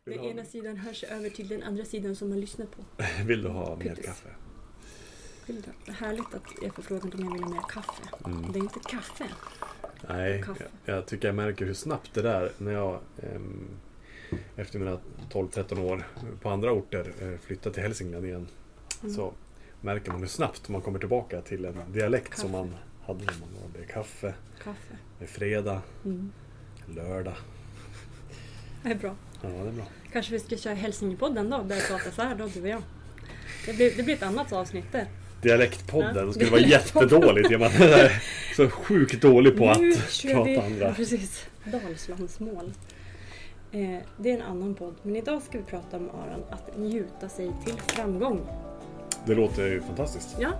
Den ena sidan hörs över till den andra sidan som man lyssnar på. Vill du ha mer kaffe? Vill du? Härligt att jag får frågan om jag vill ha mer kaffe. Det är inte kaffe. Nej, jag tycker jag märker hur snabbt det där när jag efter mina 12-13 år på andra orter flyttat till Hälsingland igen. Så märker man hur snabbt man kommer tillbaka till en dialekt som man hade när man var. Det är kaffe. Det är fredag. Lördag. Det är bra. Ja, det är bra. Kanske vi ska köra Hälsingepodden då, där pratar så här då, du och jag. Det blir ett annat avsnitt där. Dialektpodden skulle vara jättedåligt. Jag är så sjukt dålig på att prata andra. Precis, Dalslandsmål. Det är en annan podd, men idag ska vi prata om, Aron, att njuta sig till framgång. Det låter ju fantastiskt. Ja.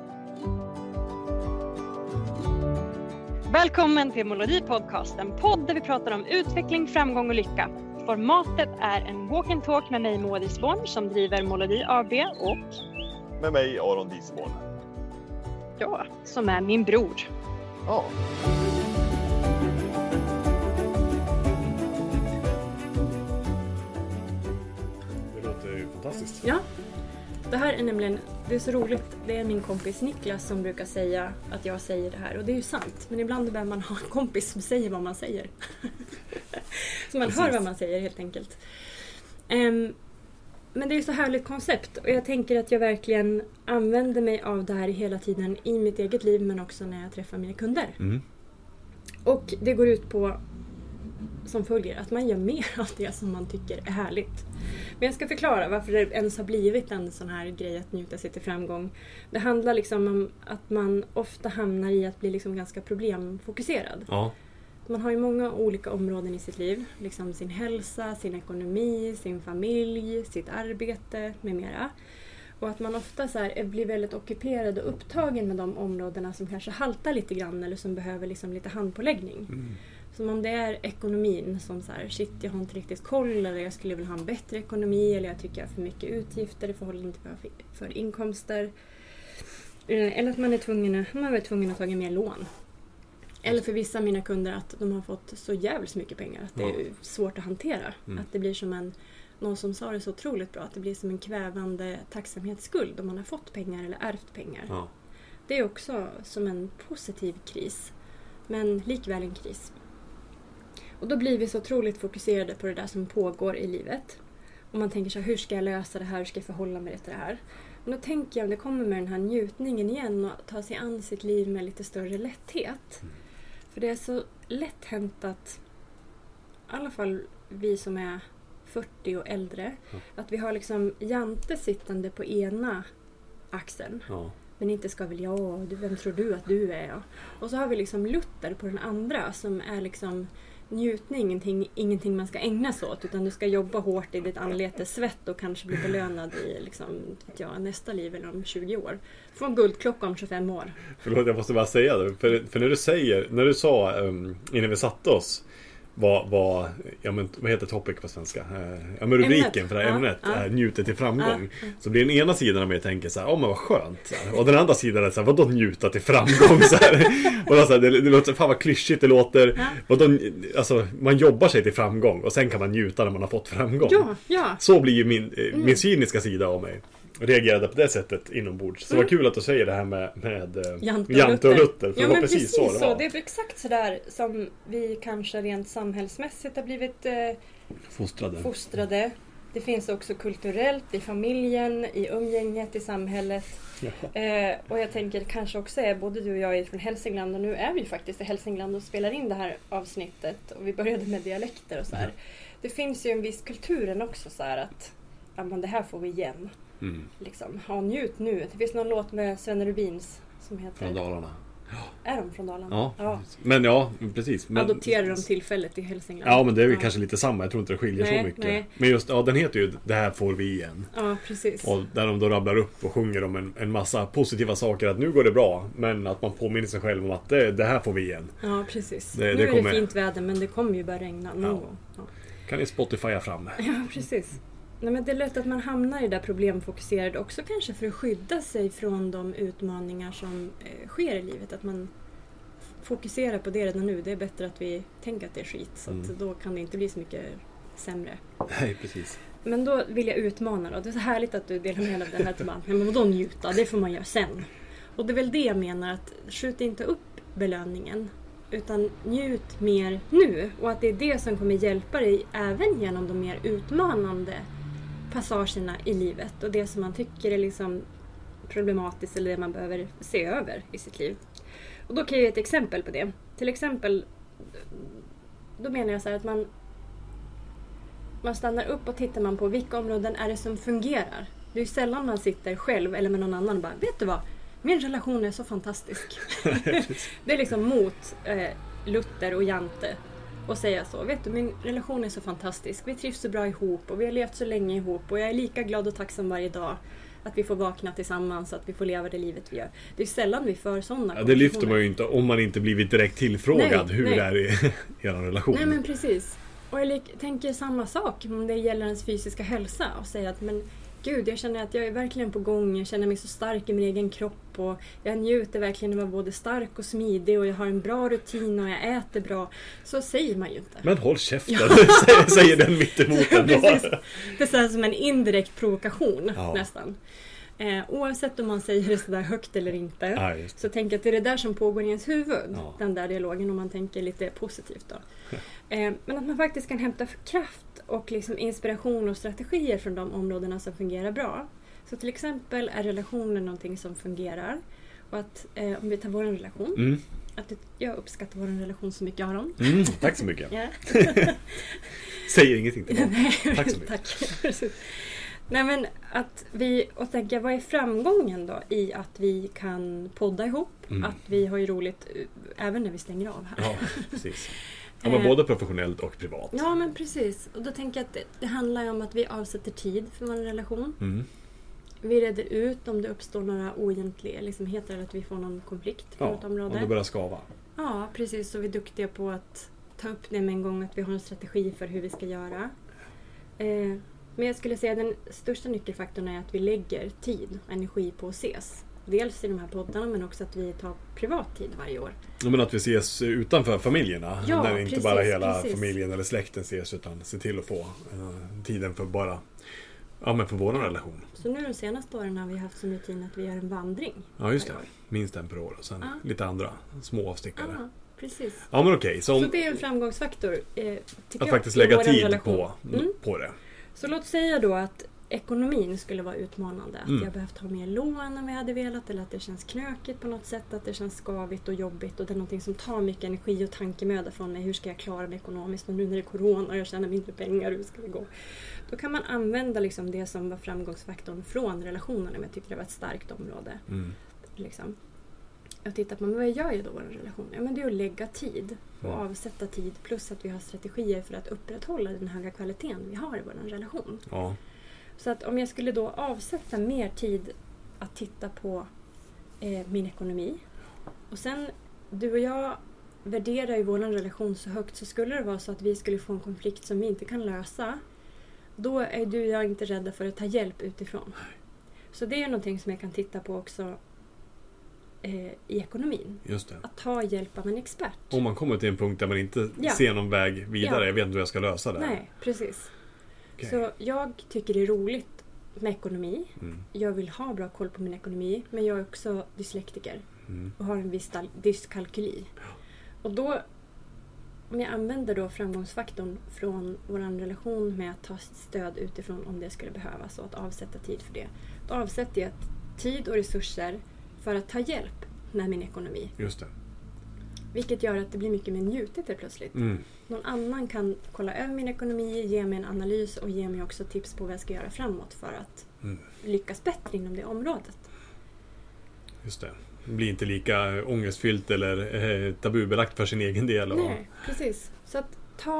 Välkommen till Molodi Podcast, en podd där vi pratar om utveckling, framgång och lycka. Formatet är en walk and talk med mig, Moa Disborn, som driver Molodi AB, och med mig, Aron Disborn. Ja, som är min bror. Ja. Det låter ju fantastiskt. Ja, det här är nämligen, det är så roligt. Det är min kompis Niklas som brukar säga att jag säger det här. Och det är ju sant, men ibland behöver man ha en kompis som säger vad man säger. Så man hör vad man säger helt enkelt. Men det är ju så härligt koncept, och jag tänker att jag verkligen använder mig av det här hela tiden i mitt eget liv, men också när jag träffar mina kunder. Och det går ut på som följer, att man gör mer av det som man tycker är härligt. Men jag ska förklara varför det ens har blivit en sån här grej att njuta sig till framgång. Det handlar liksom om att man ofta hamnar i att bli liksom ganska problemfokuserad. Ja. Man har ju många olika områden i sitt liv. Liksom sin hälsa, sin ekonomi, sin familj, sitt arbete med mera. Och att man ofta så här blir väldigt ockuperad och upptagen med de områdena som kanske haltar lite grann eller som behöver liksom lite handpåläggning. Som om det är ekonomin som så här, shit, jag har inte riktigt koll, eller jag skulle vilja ha en bättre ekonomi, eller jag tycker jag har för mycket utgifter i förhållande till vad jag för inkomster. Eller att man är tvungen att ta mer lån. Eller för vissa av mina kunder att de har fått så jävligt mycket pengar att det är svårt att hantera. Att det blir som någon som sa det så otroligt bra, att det blir som en kvävande tacksamhetsskuld om man har fått pengar eller ärvt pengar. Ja. Det är också som en positiv kris, men likväl en kris. Och då blir vi så otroligt fokuserade på det där som pågår i livet. Och man tänker så här, hur ska jag lösa det här, hur ska jag förhålla mig till det här? Men då tänker jag, om det kommer med den här njutningen igen och ta sig an sitt liv med lite större lätthet. För det är så lätt hänt att, i alla fall vi som är 40 och äldre, att vi har liksom Jante sittande på ena axeln. Ja. Men inte ska väl jag, vem tror du att du är? Ja. Och så har vi liksom Luther på den andra, som är liksom njutning, ingenting man ska ägna sig åt, utan du ska jobba hårt i ditt anletes svett och kanske bli belönad i liksom, nästa liv eller om 20 år. Få en guldklocka om 25 år. Förlåt, jag måste bara säga det. För när du sa innan vi satte oss vad heter topic på svenska? Men rubriken för det här ämnet är njuta till framgång. Så blir den ena sidan av mig tänker så här, men vad skönt. Så här. Och den andra sidan är så här, vadå njuta till framgång? Så här. Och då, så här, det låter, fan vad klyschigt det låter. Vadå, alltså, man jobbar sig till framgång och sen kan man njuta när man har fått framgång. Ja. Så blir ju min cyniska sida av mig. Reagerade på det sättet inombords. Så det var kul att du säger det här med Jante och Luther. För det var precis så det var. Det är exakt så där som vi kanske rent samhällsmässigt har blivit fostrade. Det finns också kulturellt i familjen, i umgänget, i samhället. Och jag tänker kanske också är både du och jag är från Hälsingland, och nu är vi faktiskt i Hälsingland och spelar in det här avsnittet. Och vi började med dialekter och så här. Det finns ju en viss kulturen också så här att men det här får vi igen. Liksom, njut nu. Det finns någon låt med Sven Rubins som heter Från Dalarna. Är de från Dalarna? Ja. Men precis. Adopterar de tillfället i Hälsingland? Ja, men det är ju kanske lite samma. Jag tror inte det skiljer så mycket. Nej. Men just, den heter ju Det här får vi igen. Ja, precis. Och där de då rabblar upp och sjunger om en massa positiva saker. Att nu går det bra, men att man påminner sig själv om att det här får vi igen. Ja, precis. Nu är det fint väder, men det kommer ju bara regna någon gång. Ja. Kan ni Spotifya fram? Ja, precis. Nej, men det är lätt att man hamnar i det där problemfokuserade också, kanske för att skydda sig från de utmaningar som sker i livet. Att man fokuserar på det redan nu. Det är bättre att vi tänker att det är skit, så att då kan det inte bli så mycket sämre. Nej, precis. Men då vill jag utmana då. Det är så härligt att du delar med dig av den här tillbaka. Men vadå njuta? Det får man göra sen. Och det är väl det jag menar, att skjut inte upp belöningen. Utan njut mer nu. Och att det är det som kommer hjälpa dig även genom de mer utmanande passagerna i livet. Och det som man tycker är liksom problematiskt eller det man behöver se över i sitt liv. Och då kan jag ge ett exempel på det. Till exempel, då menar jag så här att man stannar upp och tittar man på vilka områden är det som fungerar. Det är ju sällan man sitter själv eller med någon annan och bara, vet du vad? Min relation är så fantastisk. Det är liksom mot Luther och Jante och säga så. Vet du, min relation är så fantastisk. Vi trivs så bra ihop och vi har levt så länge ihop. Och jag är lika glad och tacksam varje dag att vi får vakna tillsammans, att vi får leva det livet vi gör. Det är sällan vi för sådana. Ja, det lyfter man ju inte om man inte blivit direkt tillfrågad hur det är i er relation. Nej, men precis. Och jag tänker samma sak om det gäller ens fysiska hälsa och säga att men gud, jag känner att jag är verkligen på gång. Jag känner mig så stark i min egen kropp och jag njuter verkligen av att vara både stark och smidig och jag har en bra rutin och jag äter bra. Så säger man ju inte. Men håll käften, säger den mitt emot ändå. Det är så här som en indirekt provokation nästan. Oavsett om man säger det sådär högt eller inte, så tänker jag att det är det där som pågår i ens huvud, den där dialogen, om man tänker lite positivt då. Men att man faktiskt kan hämta kraft och liksom inspiration och strategier från de områdena som fungerar bra. Så till exempel är relationen någonting som fungerar. Och att om vi tar vår relation, att jag uppskattar vår relation så mycket, Aron. Tack så mycket. Säger ingenting till mig. Tack så mycket. Tack. Nej, men att vi, och tänka, vad är framgången då i att vi kan podda ihop? Att vi har ju roligt även när vi stänger av här. Ja, precis. Ja, men både professionellt och privat. Ja, men precis. Och då tänker jag att det handlar om att vi avsätter tid för vår relation. Vi reder ut om det uppstår några oegentligheter eller att vi får någon konflikt på något område. Om det börjar skava. Ja, precis. Så vi är duktiga på att ta upp det med en gång, att vi har en strategi för hur vi ska göra. Men jag skulle säga att den största nyckelfaktorn är att vi lägger tid och energi på att ses. Dels i de här poddarna, men också att vi tar privat tid varje år. Ja, men att vi ses utanför familjerna. Ja, när inte precis, bara hela familjen eller släkten ses, utan se till att få tiden för bara för vår relation. Så nu de senaste åren har vi haft som rutin att vi gör en vandring. Ja, just det. Minst en per år. Och sen lite andra små avstickare. Ja, precis. Ja, men okej. Så det är en framgångsfaktor. Att faktiskt lägga tid på det. Så låt säga då att ekonomin skulle vara utmanande. Att jag behövt ha mer lån än vi hade velat. Eller att det känns knökigt på något sätt. Att det känns skavigt och jobbigt. Och det är någonting som tar mycket energi och tankemöda från mig. Hur ska jag klara mig ekonomiskt? Och nu när det är corona och jag tjänar mindre pengar. Hur ska det gå? Då kan man använda liksom det som var framgångsfaktorn från relationerna. Men jag tycker det var ett starkt område. Liksom. Jag tittar på vad gör jag då i vår relation? Ja, men det är att lägga tid. Och avsätta tid. Plus att vi har strategier för att upprätthålla den höga kvaliteten vi har i vår relation. Ja. Så att om jag skulle då avsätta mer tid att titta på min ekonomi. Och sen, du och jag värderar ju vår relation så högt, så skulle det vara så att vi skulle få en konflikt som vi inte kan lösa. Då är du och jag inte rädda för att ta hjälp utifrån. Så det är någonting som jag kan titta på också i ekonomin. Just det. Att ta hjälp av en expert. Om man kommer till en punkt där man inte ser någon väg vidare. Jag vet inte hur jag ska lösa det. Nej, precis. Okay. Så jag tycker det är roligt med ekonomi. Jag vill ha bra koll på min ekonomi. Men jag är också dyslektiker. Och har en viss dyskalkyli. Och då, om jag använder då framgångsfaktorn från vår relation med att ta stöd utifrån om det skulle behövas och att avsätta tid för det. Då avsätter jag tid och resurser för att ta hjälp med min ekonomi. Just det. Vilket gör att det blir mycket mer njutigt helt plötsligt. Någon annan kan kolla över min ekonomi, ge mig en analys och ge mig också tips på vad jag ska göra framåt för att lyckas bättre inom det området. Just det. Det blir inte lika ångestfyllt eller tabubelagt för sin egen del. Nej, precis. Så att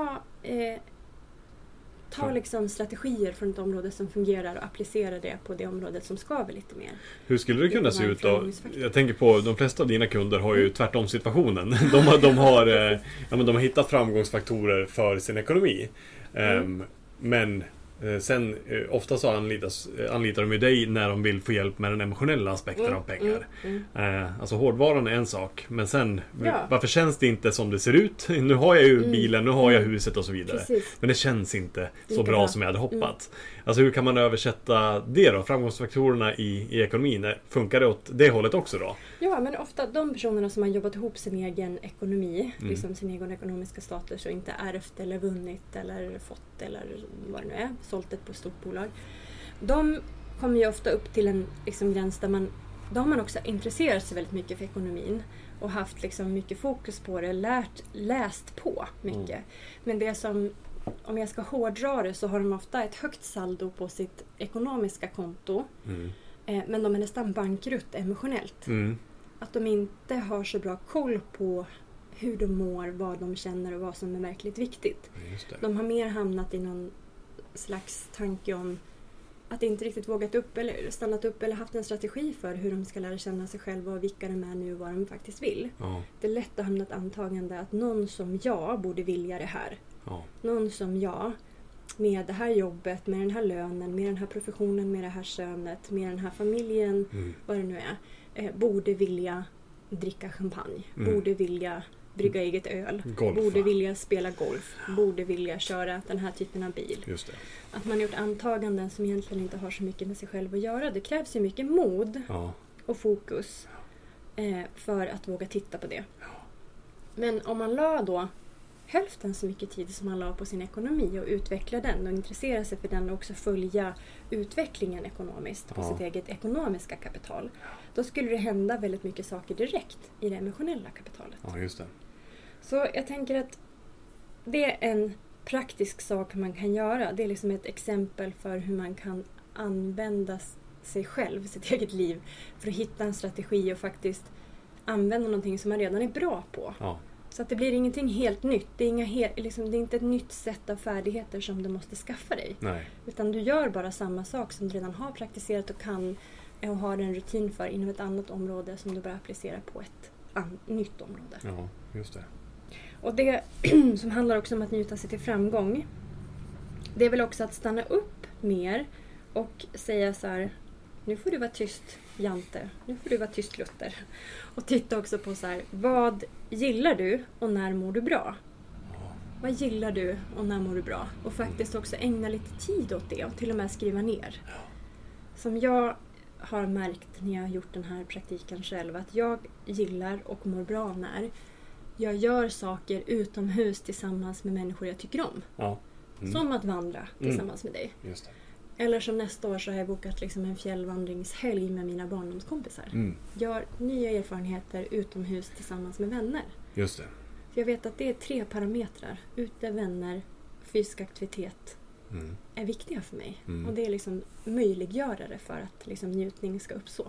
ta liksom strategier från ett område som fungerar och applicera det på det området som skaver lite mer. Hur skulle det kunna se ut då? Jag tänker på de flesta av dina kunder har ju tvärtom situationen. De har hittat framgångsfaktorer för sin ekonomi. Men Sen ofta så anlitar de ju dig när de vill få hjälp med den emotionella aspekten av pengar. Alltså hårdvaran är en sak, men sen varför känns det inte som det ser ut? Nu har jag ju bilen, nu har jag huset och så vidare. Precis. Men det känns inte så bra som jag hade hoppats. Alltså hur kan man översätta det då? Framgångsfaktorerna i ekonomin, funkar det åt det hållet också då? Ja, men ofta de personerna som har jobbat ihop sin egen ekonomi, liksom sin egen ekonomiska status och inte ärvt eller vunnit eller fått eller vad det nu är, sålt ett på stort bolag. De kommer ju ofta upp till en liksom, gräns där då har man också intresserat sig väldigt mycket för ekonomin och haft liksom, mycket fokus på det, läst på mycket. Men det som, om jag ska hårdra det, så har de ofta ett högt saldo på sitt ekonomiska konto. Men de är nästan bankrutt emotionellt. Att de inte har så bra koll på hur de mår, vad de känner och vad som är verkligt viktigt. De har mer hamnat i någon slags tanke om att inte riktigt vågat upp eller stannat upp eller haft en strategi för hur de ska lära känna sig själva och vilka de är nu och vad de faktiskt vill. Det är lätt att hamna ett antagande att någon som jag borde vilja det här. Någon som jag med det här jobbet, med den här lönen, med den här professionen, med det här könet, med den här familjen, vad det nu är, borde vilja dricka champagne, borde vilja brygga eget öl, borde vilja spela golf, borde vilja köra den här typen av bil. Just det. Att man har gjort antaganden som egentligen inte har så mycket med sig själv att göra. Det krävs ju mycket mod och fokus för att våga titta på det. Men om man la då hälften så mycket tid som man la på sin ekonomi och utveckla den och intressera sig för den och också följa utvecklingen ekonomiskt på sitt eget ekonomiska kapital, då skulle det hända väldigt mycket saker direkt i det emotionella kapitalet. Ja, just det. Så jag tänker att det är en praktisk sak man kan göra. Det är liksom ett exempel för hur man kan använda sig själv, sitt eget liv, för att hitta en strategi och faktiskt använda någonting som man redan är bra på. Så att det blir ingenting helt nytt. Det är inte ett nytt sätt av färdigheter som du måste skaffa dig. Nej. Utan du gör bara samma sak som du redan har praktiserat och kan och har en rutin för inom ett annat område som du bara applicerar på ett nytt område. Ja, just det. Och det som handlar också om att njuta sig till framgång, det är väl också att stanna upp mer och säga så här: nu får du vara tyst Jante, nu får du vara tyst Luther. Och titta också på så här: vad gillar du och när mår du bra? Vad gillar du och när mår du bra? Och faktiskt också ägna lite tid åt det och till och med skriva ner. Som jag har märkt när jag har gjort den här praktiken själv, att jag gillar och mår bra när jag gör saker utomhus tillsammans med människor jag tycker om. Som att vandra tillsammans med dig. Just det. Eller som nästa år så har jag bokat liksom en fjällvandringshelg med mina barndomskompisar. Gör nya erfarenheter utomhus tillsammans med vänner. Just det. För jag vet att det är 3 parametrar. Ute, vänner, fysisk aktivitet är viktiga för mig. Och det är liksom möjliggörare för att liksom njutning ska uppstå.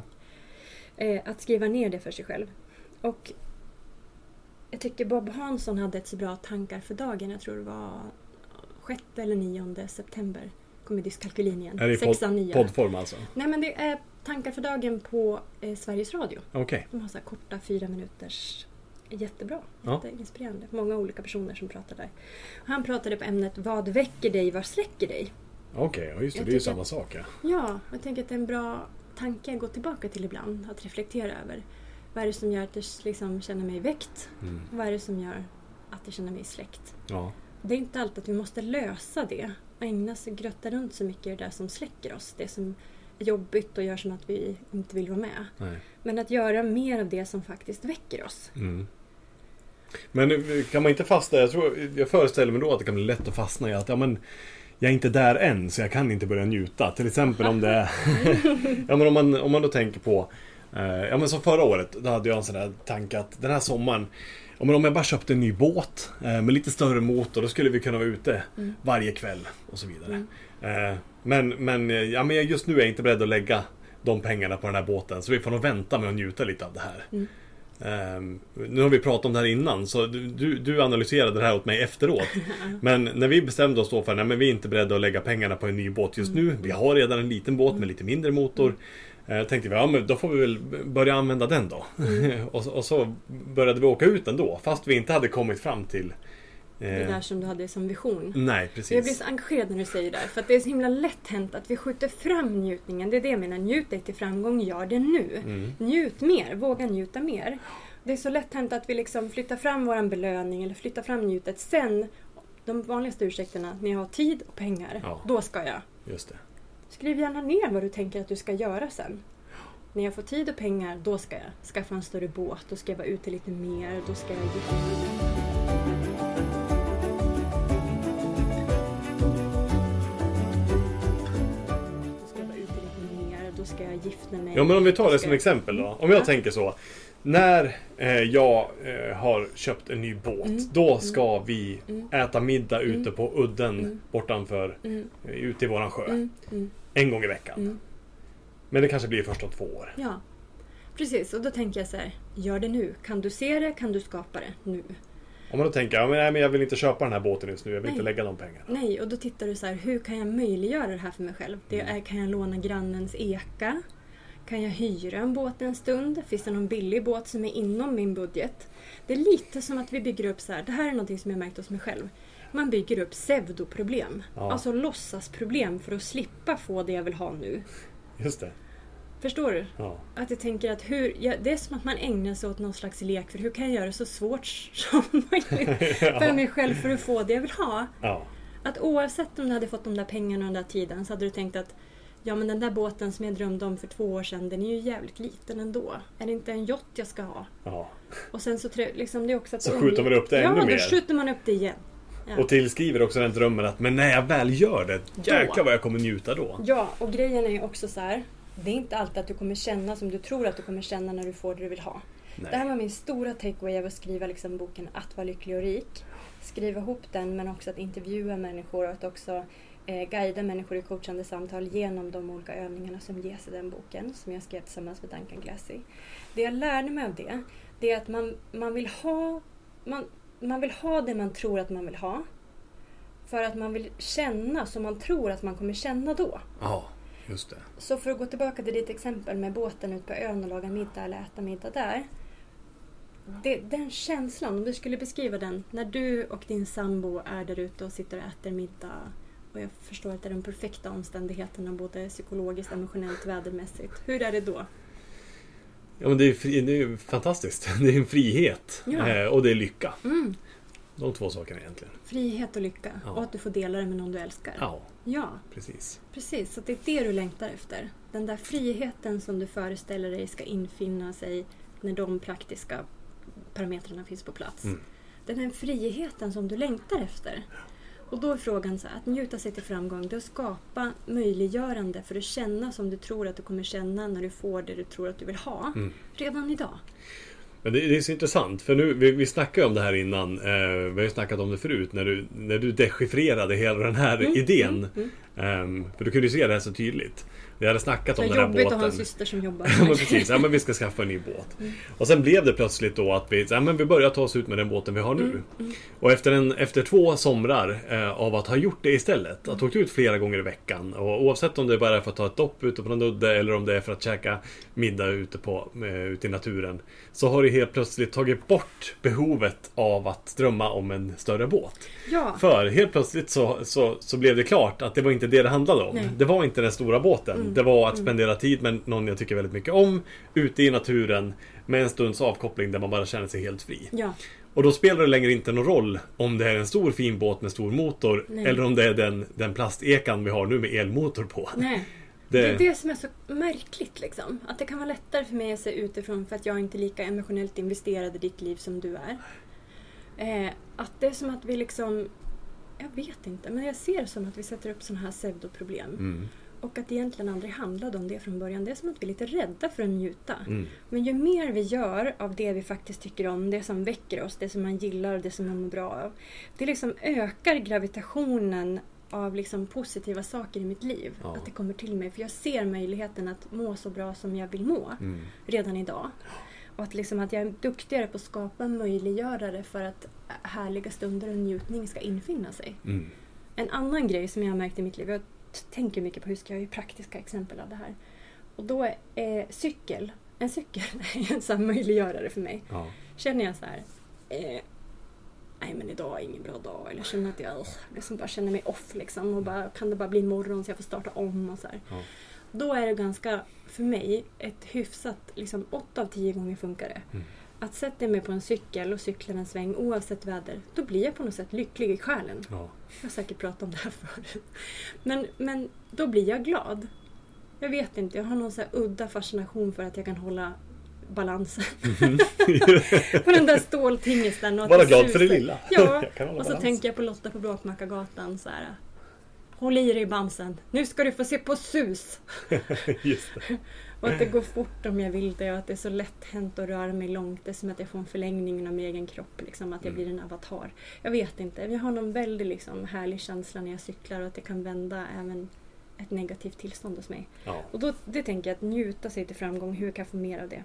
Att skriva ner det för sig själv. Och jag tycker Bob Hansson hade ett så bra tankar för dagen. Jag tror det var 6 eller 9 september. Kommer dyskalkylin igen. Är det poddform alltså? Nej, men det är tankar för dagen på Sveriges Radio. Okay. De har så här korta 4 minuters. Jättebra. Jätteinspirerande. Många olika personer som pratar där. Han pratade på ämnet: vad väcker dig, vad släcker dig? Okej, just det. Det är ju samma sak. Ja, jag tänker att det är en bra tanke att gå tillbaka till ibland. Att reflektera över. Vad är det som gör att jag liksom känner mig väckt? Vad är det som gör att jag känner mig släckt? Det är inte alltid att vi måste lösa det. Och ägna sig grötta runt så mycket det som släcker oss. Det som är jobbigt och gör som att vi inte vill vara med. Nej. Men att göra mer av det som faktiskt väcker oss. Men kan man inte fastna? Jag föreställer mig då att det kan bli lätt att fastna i att jag är inte där än, så jag kan inte börja njuta. Till exempel om det är om man då tänker på som förra året, då hade jag en sån där tanke att den här sommaren, om jag bara köpte en ny båt med lite större motor, då skulle vi kunna vara ute varje kväll och så vidare. Men just nu är jag inte beredd att lägga de pengarna på den här båten, så vi får nog vänta med att njuta lite av det här. Nu har vi pratat om det här innan, så du analyserade det här åt mig efteråt. Men när vi bestämde oss då för att vi är inte beredda att lägga pengarna på en ny båt just nu, vi har redan en liten båt med lite mindre motor, tänkte vi, men då får vi väl börja använda den då. Och så började vi åka ut ändå, fast vi inte hade kommit fram till Det där som du hade som vision. Nej, precis. Jag blir så engagerad när du säger det där. För att det är så himla lätt hänt att vi skjuter fram njutningen. Det är det jag menar. Njut dig till framgång, gör det nu. Njut mer, våga njuta mer. Det är så lätt hänt att vi liksom flyttar fram våran belöning eller flyttar fram njutet. Sen, de vanligaste ursäkterna, när jag har tid och pengar, då ska jag. Just det. Skriv gärna ner vad du tänker att du ska göra sen. När jag får tid och pengar, då ska jag skaffa en större båt. Då ska jag vara ute lite mer. Då ska jag gifta mig. Då ska jag gifta mig. Ja, men om vi tar det som exempel då. Om jag tänker så. När jag har köpt en ny båt, då ska vi äta middag ute på udden bortanför, ute i våran sjö. En gång i veckan. Men det kanske blir först om 2 år. Ja, precis. Och då tänker jag så här, gör det nu. Kan du se det, kan du skapa det nu. Om man då tänker, men jag vill inte köpa den här båten just nu, jag vill inte lägga de pengarna. Nej, och då tittar du så här, hur kan jag möjliggöra det här för mig själv? Kan jag låna grannens eka? Kan jag hyra en båt en stund? Finns det någon billig båt som är inom min budget? Det är lite som att vi bygger upp så här, det här är någonting som jag märkt hos mig själv. Man bygger upp pseudoproblem. Alltså låtsasproblem för att slippa få det jag vill ha nu. Just det. Förstår du? Ja. Att jag tänker att det är som att man ägnar sig åt någon slags lek. För hur kan jag göra det så svårt som möjligt för mig själv för att få det jag vill ha? Ja. Att oavsett om du hade fått de där pengarna och den där tiden, så hade du tänkt att ja, men den där båten som jag drömde om för 2 år sedan, den är ju jävligt liten ändå. Är det inte en yacht jag ska ha? Ja. Och sen så liksom det är också att så skjuter man upp det ännu mer. Ja, då skjuter man upp det igen. Ja. Och tillskriver också den drömmen att men när jag väl gör det, jäklar vad jag kommer njuta då. Ja, och grejen är ju också så här. Det är inte alltid att du kommer känna som du tror att du kommer känna när du får det du vill ha. Nej. Det här var min stora takeaway av att skriva liksom boken Att vara lycklig och rik. Skriva ihop den, men också att intervjua människor och att också guida människor i coachande samtal genom de olika övningarna som ges i den boken som jag skrev tillsammans med Duncan Glassy. Det jag lärde mig av det är att man vill ha det man tror att man vill ha för att man vill känna som man tror att man kommer känna då. Ja. Just det. Så för att gå tillbaka till ditt exempel med båten ut på ön och laga middag eller äta middag där. Den känslan, om du skulle beskriva den när du och din sambo är där ute och sitter och äter middag, och jag förstår att det är de perfekta omständigheterna både psykologiskt, emotionellt, vädermässigt. Hur är det då? Ja, men det är fantastiskt. Det är en frihet och det är lycka. De 2 sakerna egentligen. Frihet och lycka. Ja. Och att du får dela det med någon du älskar. Ja. Precis. Precis, så det är det du längtar efter. Den där friheten som du föreställer dig ska infinna sig när de praktiska parametrarna finns på plats. Den här friheten som du längtar efter. Och då är frågan så här, att njuta sig till framgång, det är att skapa möjliggörande för att känna som du tror att du kommer känna när du får det du tror att du vill ha. Redan idag. Men det är så intressant, för nu, vi snackade om det här innan, vi har ju snackat om det förut, när du dechiffrerade hela den här idén. För du kunde ju se det här så tydligt. Vi hade snackat om den här båten. Det är jobbigt att ha en syster som jobbar. Ja, men precis. Ja, men vi ska skaffa en ny båt. Och sen blev det plötsligt då att vi börjar ta oss ut med den båten vi har nu. Och efter 2 somrar av att ha gjort det istället, att åkt ut flera gånger i veckan, och oavsett om det bara är för att ta ett dopp ute på någon udde eller om det är för att käka middag ute i naturen, så har det helt plötsligt tagit bort behovet av att drömma om en större båt. Ja. För helt plötsligt så blev det klart att det var inte det handlade om. Nej. Det var inte den stora båten. Det var att spendera tid med någon jag tycker väldigt mycket om, ute i naturen, med en stunds avkoppling där man bara känner sig helt fri. Ja. Och då spelar det längre inte någon roll om det är en stor fin båt med stor motor. Nej. Eller om det är den plastekan vi har nu med elmotor på. Nej. Det är det som är så märkligt liksom. Att det kan vara lättare för mig att se utifrån för att jag inte är lika emotionellt investerad i ditt liv som du är. Att det är som att vi liksom, jag vet inte, men jag ser det som att vi sätter upp sådana här pseudoproblem. Och att det egentligen aldrig handlade om det från början. Det är som att vi är lite rädda för att njuta. Men ju mer vi gör av det vi faktiskt tycker om, det som väcker oss, det som man gillar, det som man mår bra av. Det liksom ökar gravitationen av liksom positiva saker i mitt liv. Ja. Att det kommer till mig. För jag ser möjligheten att må så bra som jag vill må redan idag. Och att, liksom att jag är duktigare på att skapa möjliggörare för att härliga stunder och njutning ska infinna sig. En annan grej som jag har märkt i mitt liv, jag tänker mycket på hur ska jag ge praktiska exempel av det här. Och då är en cykel är en sån möjliggörare för mig. Ja. Känner jag så här, nej men idag är ingen bra dag. Eller känner att jag liksom bara känner mig off liksom. Och bara, kan det bara bli imorgon så jag får starta om och så här. Ja. Då är det ganska, för mig, ett hyfsat, liksom 8 av 10 gånger funkar det. Mm. Att sätta mig på en cykel och cykla en sväng oavsett väder, då blir jag på något sätt lycklig i själen. Ja. Jag har säkert pratat om det här förut. Men då blir jag glad. Jag vet inte, jag har någon så här udda fascination för att jag kan hålla balansen. På den där ståltingesten. Bara glad för det lilla. Ja, och så tänker jag på Lotta på Bråkmakargatan så här. Håll i dig Bamsen, nu ska du få se på sus. Just det. Och att det går fort om jag vill det och att det är så lätt hänt att röra mig långt. Det är som att jag får en förlängning av min egen kropp. Liksom, att jag blir en avatar. Jag vet inte. Jag har någon väldigt liksom, härlig känsla när jag cyklar och att det kan vända även ett negativt tillstånd hos mig. Ja. Och då det tänker jag att njuta sig till framgång. Hur kan jag få mer av det?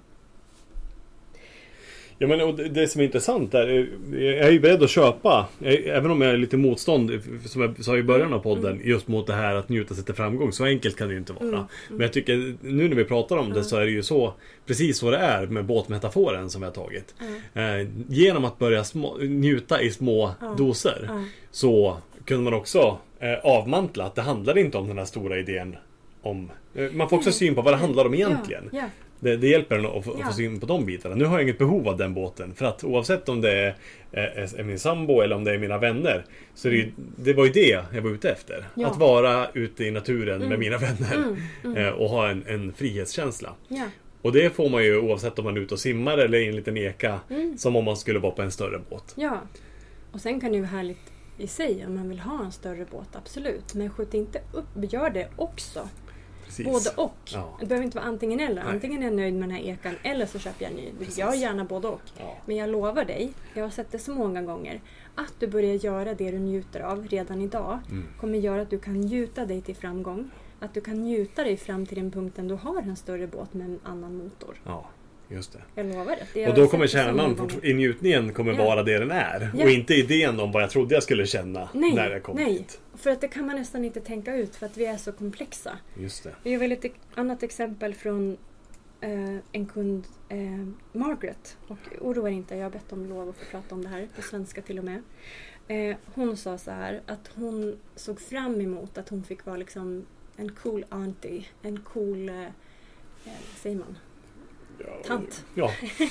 Ja, men och det som är intressant är, jag är ju beredd att köpa, även om jag är lite motstånd, som jag sa i början av podden, just mot det här att njuta sig till framgång. Så enkelt kan det ju inte vara. Men jag tycker, nu när vi pratar om det, så är det ju så, precis så det är med båtmetaforen som vi har tagit. Genom att börja njuta i små doser, så kunde man också avmantla att det handlar inte om den här stora idén om, man får också syn på vad det handlar om egentligen. Det hjälper en att få syn på de bitarna. Nu har jag inget behov av den båten. För att oavsett om det är min sambo eller om det är mina vänner, så det var ju det jag var ute efter. Ja. Att vara ute i naturen med mina vänner. Och ha en frihetskänsla. Ja. Och det får man ju oavsett om man är ute och simmar eller i en liten eka. Som om man skulle vara på en större båt. Ja. Och sen kan det ju vara härligt i sig om man vill ha en större båt. Absolut. Men skjut inte upp. Gör det också. Precis. Både och. Ja. Det behöver inte vara antingen eller. Nej. Antingen är jag nöjd med den här ekan eller så köper jag en ny. Precis. Jag gärna både och. Ja. Men jag lovar dig, jag har sett det så många gånger, att du börjar göra det du njuter av redan idag kommer göra att du kan njuta dig till framgång. Att du kan njuta dig fram till den punkten du har en större båt med en annan motor. Ja. Just det. Jag lovar det. Och då kommer kärnan i njutningen kommer vara det den är. Ja. Och inte idén om vad jag trodde jag skulle känna när jag kom hit. För att det kan man nästan inte tänka ut för att vi är så komplexa. Just det. Vi har väl ett annat exempel från en kund, Margaret. Och oroa inte, jag har bett om lov att få prata om det här på svenska till och med. Hon sa så här att hon såg fram emot att hon fick vara liksom en cool auntie. En cool, säger man? Tant. Ja.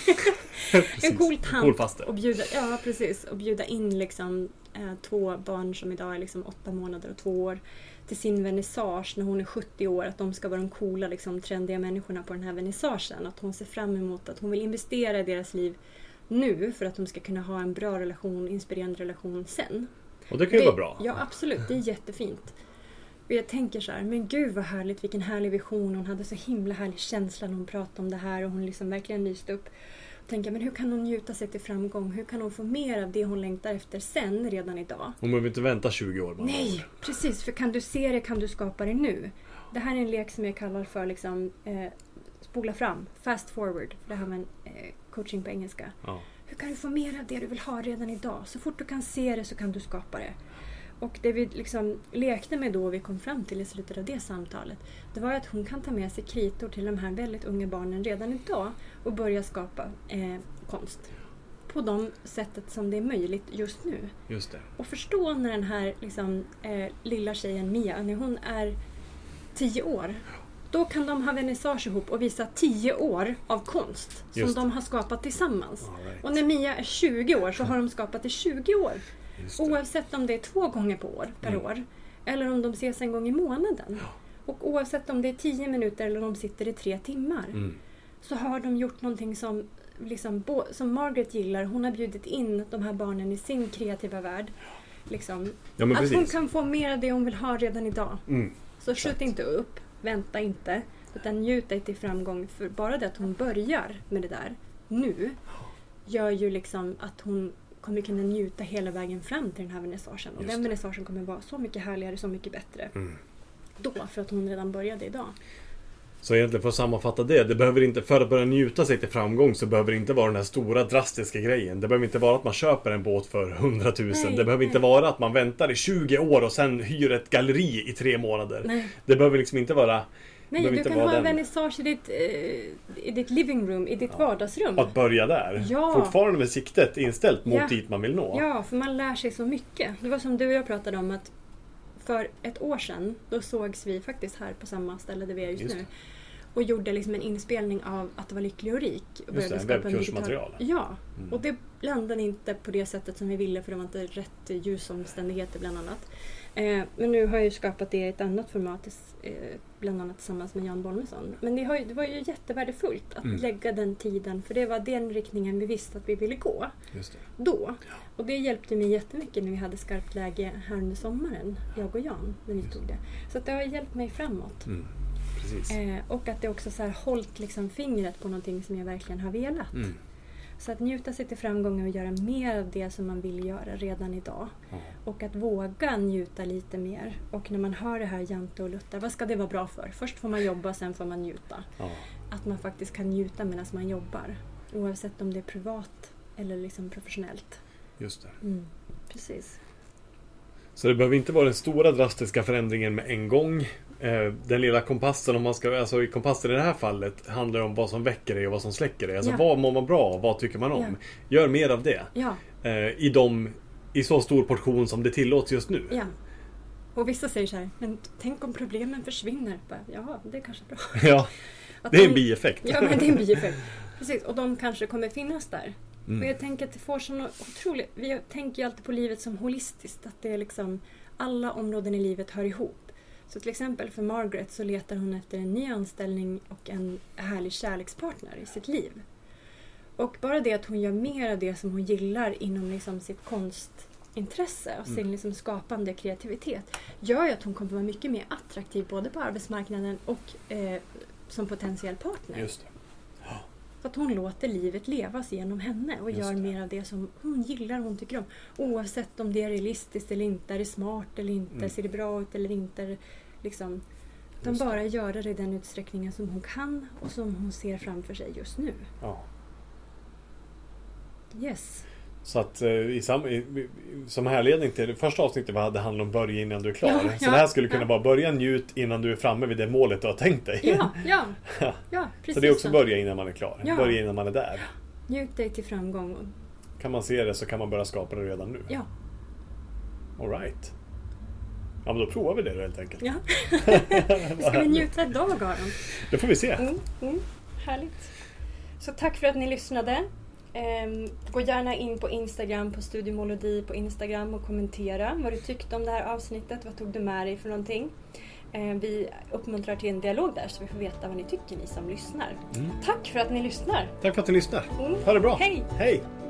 En cool tant. Cool faster. Och bjuda in liksom 2 barn som idag är liksom 8 månader och 2 år till sin vernissage när hon är 70 år. Att de ska vara de coola liksom, trendiga människorna på den här vernissagen. Att hon ser fram emot att hon vill investera i deras liv nu för att de ska kunna ha en bra relation, inspirerande relation sen. Och det kan ju vara bra. Ja, absolut. Det är jättefint. Och jag tänker så här, men gud vad härligt, vilken härlig vision. Hon hade så himla härlig känsla när hon pratade om det här och hon liksom verkligen lyste upp. Och tänker, men hur kan hon njuta sig till framgång? Hur kan hon få mer av det hon längtar efter sen redan idag? Hon behöver inte vänta 20 år. Nej, precis. För kan du se det, kan du skapa det nu. Det här är en lek som jag kallar för liksom, spola fram, fast forward. Det här med coaching på engelska. Ja. Hur kan du få mer av det du vill ha redan idag? Så fort du kan se det så kan du skapa det. Och det vi liksom lekte med då vi kom fram till i slutet av det samtalet, det var att hon kan ta med sig kritor till de här väldigt unga barnen redan idag och börja skapa konst på de sättet som det är möjligt just nu. Just det. Och förstå när den här liksom, lilla tjejen Mia, när hon är 10 år, då kan de ha vernissage ihop och visa 10 år av konst som de har skapat tillsammans. Right. Och när Mia är 20 år så har de skapat i 20 år. Oavsett om det är 2 gånger per år eller om de ses en gång i månaden. Och oavsett om det är 10 minuter eller om de sitter i 3 timmar så har de gjort någonting som, liksom, som Margaret gillar. Hon har bjudit in de här barnen i sin kreativa värld. Liksom, att hon kan få mer av det hon vill ha redan idag. Så skjut inte upp, vänta inte, utan njut dig till framgång. För bara det att hon börjar med det där nu gör ju liksom att hon kommer kunna njuta hela vägen fram till den här vernissagen. Och den vernissagen kommer vara så mycket härligare, så mycket bättre. Då, för att hon redan började idag. Så egentligen för att sammanfatta det behöver inte, för att börja njuta sig till framgång så behöver det inte vara den här stora drastiska grejen. Det behöver inte vara att man köper en båt för 100 000. Det behöver inte vara att man väntar i 20 år och sen hyr ett galleri i 3 månader. Nej. Det behöver liksom inte vara Nej, du kan ha en vernissage i ditt living room, i ditt vardagsrum. Att börja där. Ja. Fortfarande med siktet inställt mot dit man vill nå. Ja, för man lär sig så mycket. Det var som du och jag pratade om att för ett år sedan, då sågs vi faktiskt här på samma ställe där vi är just nu. Och gjorde liksom en inspelning av att vara lycklig och rik. Och just det, webbkursmaterial. Ja, och det landade inte på det sättet som vi ville för det var inte rätt ljusomständigheter bland annat. Men nu har jag ju skapat det i ett annat format, bland annat tillsammans med Jan Bolmesson. Men det var ju jättevärdefullt att lägga den tiden, för det var den riktningen vi visste att vi ville gå. Just det. Då. Och det hjälpte mig jättemycket när vi hade skarpt läge här under sommaren, jag och Jan, när vi tog det. Så att det har hjälpt mig framåt. Och att det också så här hållit liksom fingret på någonting som jag verkligen har velat. Så att njuta sig till framgången och göra mer av det som man vill göra redan idag. Och att våga njuta lite mer. Och när man hör det här Jante och Luttar, vad ska det vara bra för? Först får man jobba, sen får man njuta. Att man faktiskt kan njuta medan man jobbar. Oavsett om det är privat eller liksom professionellt. Just det. Precis. Så det behöver inte vara den stora drastiska förändringen med en gång. Den lilla kompassen, om man ska, alltså i kompassen i det här fallet handlar om vad som väcker dig och vad som släcker dig. Alltså vad mår man bra av, vad tycker man om? Gör mer av det. I så stor portion som det tillåts just nu. Ja. Och vissa säger så här, men tänk om problemen försvinner. Ja, det är kanske bra. Ja, det är en bieffekt. Ja, men det är en bieffekt. Precis, och de kanske kommer finnas där. Och jag tänker att det får sån otroligt... Vi tänker ju alltid på livet som holistiskt. Att det är liksom... Alla områden i livet hör ihop. Så till exempel för Margaret så letar hon efter en ny anställning och en härlig kärlekspartner i sitt liv. Och bara det att hon gör mer av det som hon gillar inom liksom sitt konstintresse och sin liksom skapande kreativitet gör ju att hon kommer vara mycket mer attraktiv både på arbetsmarknaden och som potentiell partner. Just det. För att hon låter livet levas genom henne och gör mer av det som hon gillar och hon tycker om. Oavsett om det är realistiskt eller inte, är det smart eller inte, ser det bra ut eller inte. Liksom, utan bara göra det i den utsträckningen som hon kan och som hon ser framför sig just nu. Ja. Yes. Så att som härledning till det första avsnittet det handlar om börja innan du är klar. Så det här skulle kunna vara börja njut innan du är framme vid det målet du har tänkt dig. Ja, precis. Så det är också börja innan man är klar. Börja innan man är där. Njut dig till framgång. Kan man se det så kan man börja skapa det redan nu. Ja. All right. Ja, men då provar vi det helt enkelt. Ja. Ska vi njuta idag, Aron? Det får vi se. Härligt. Så tack för att ni lyssnade. Gå gärna in på Instagram, på Studiomolodi på Instagram och kommentera vad du tyckte om det här avsnittet. Vad tog du med dig för någonting? Vi uppmuntrar till en dialog där så vi får veta vad ni tycker, ni som lyssnar. Tack för att ni lyssnar. Tack för att ni lyssnar. Ha det bra. Hej! Hej!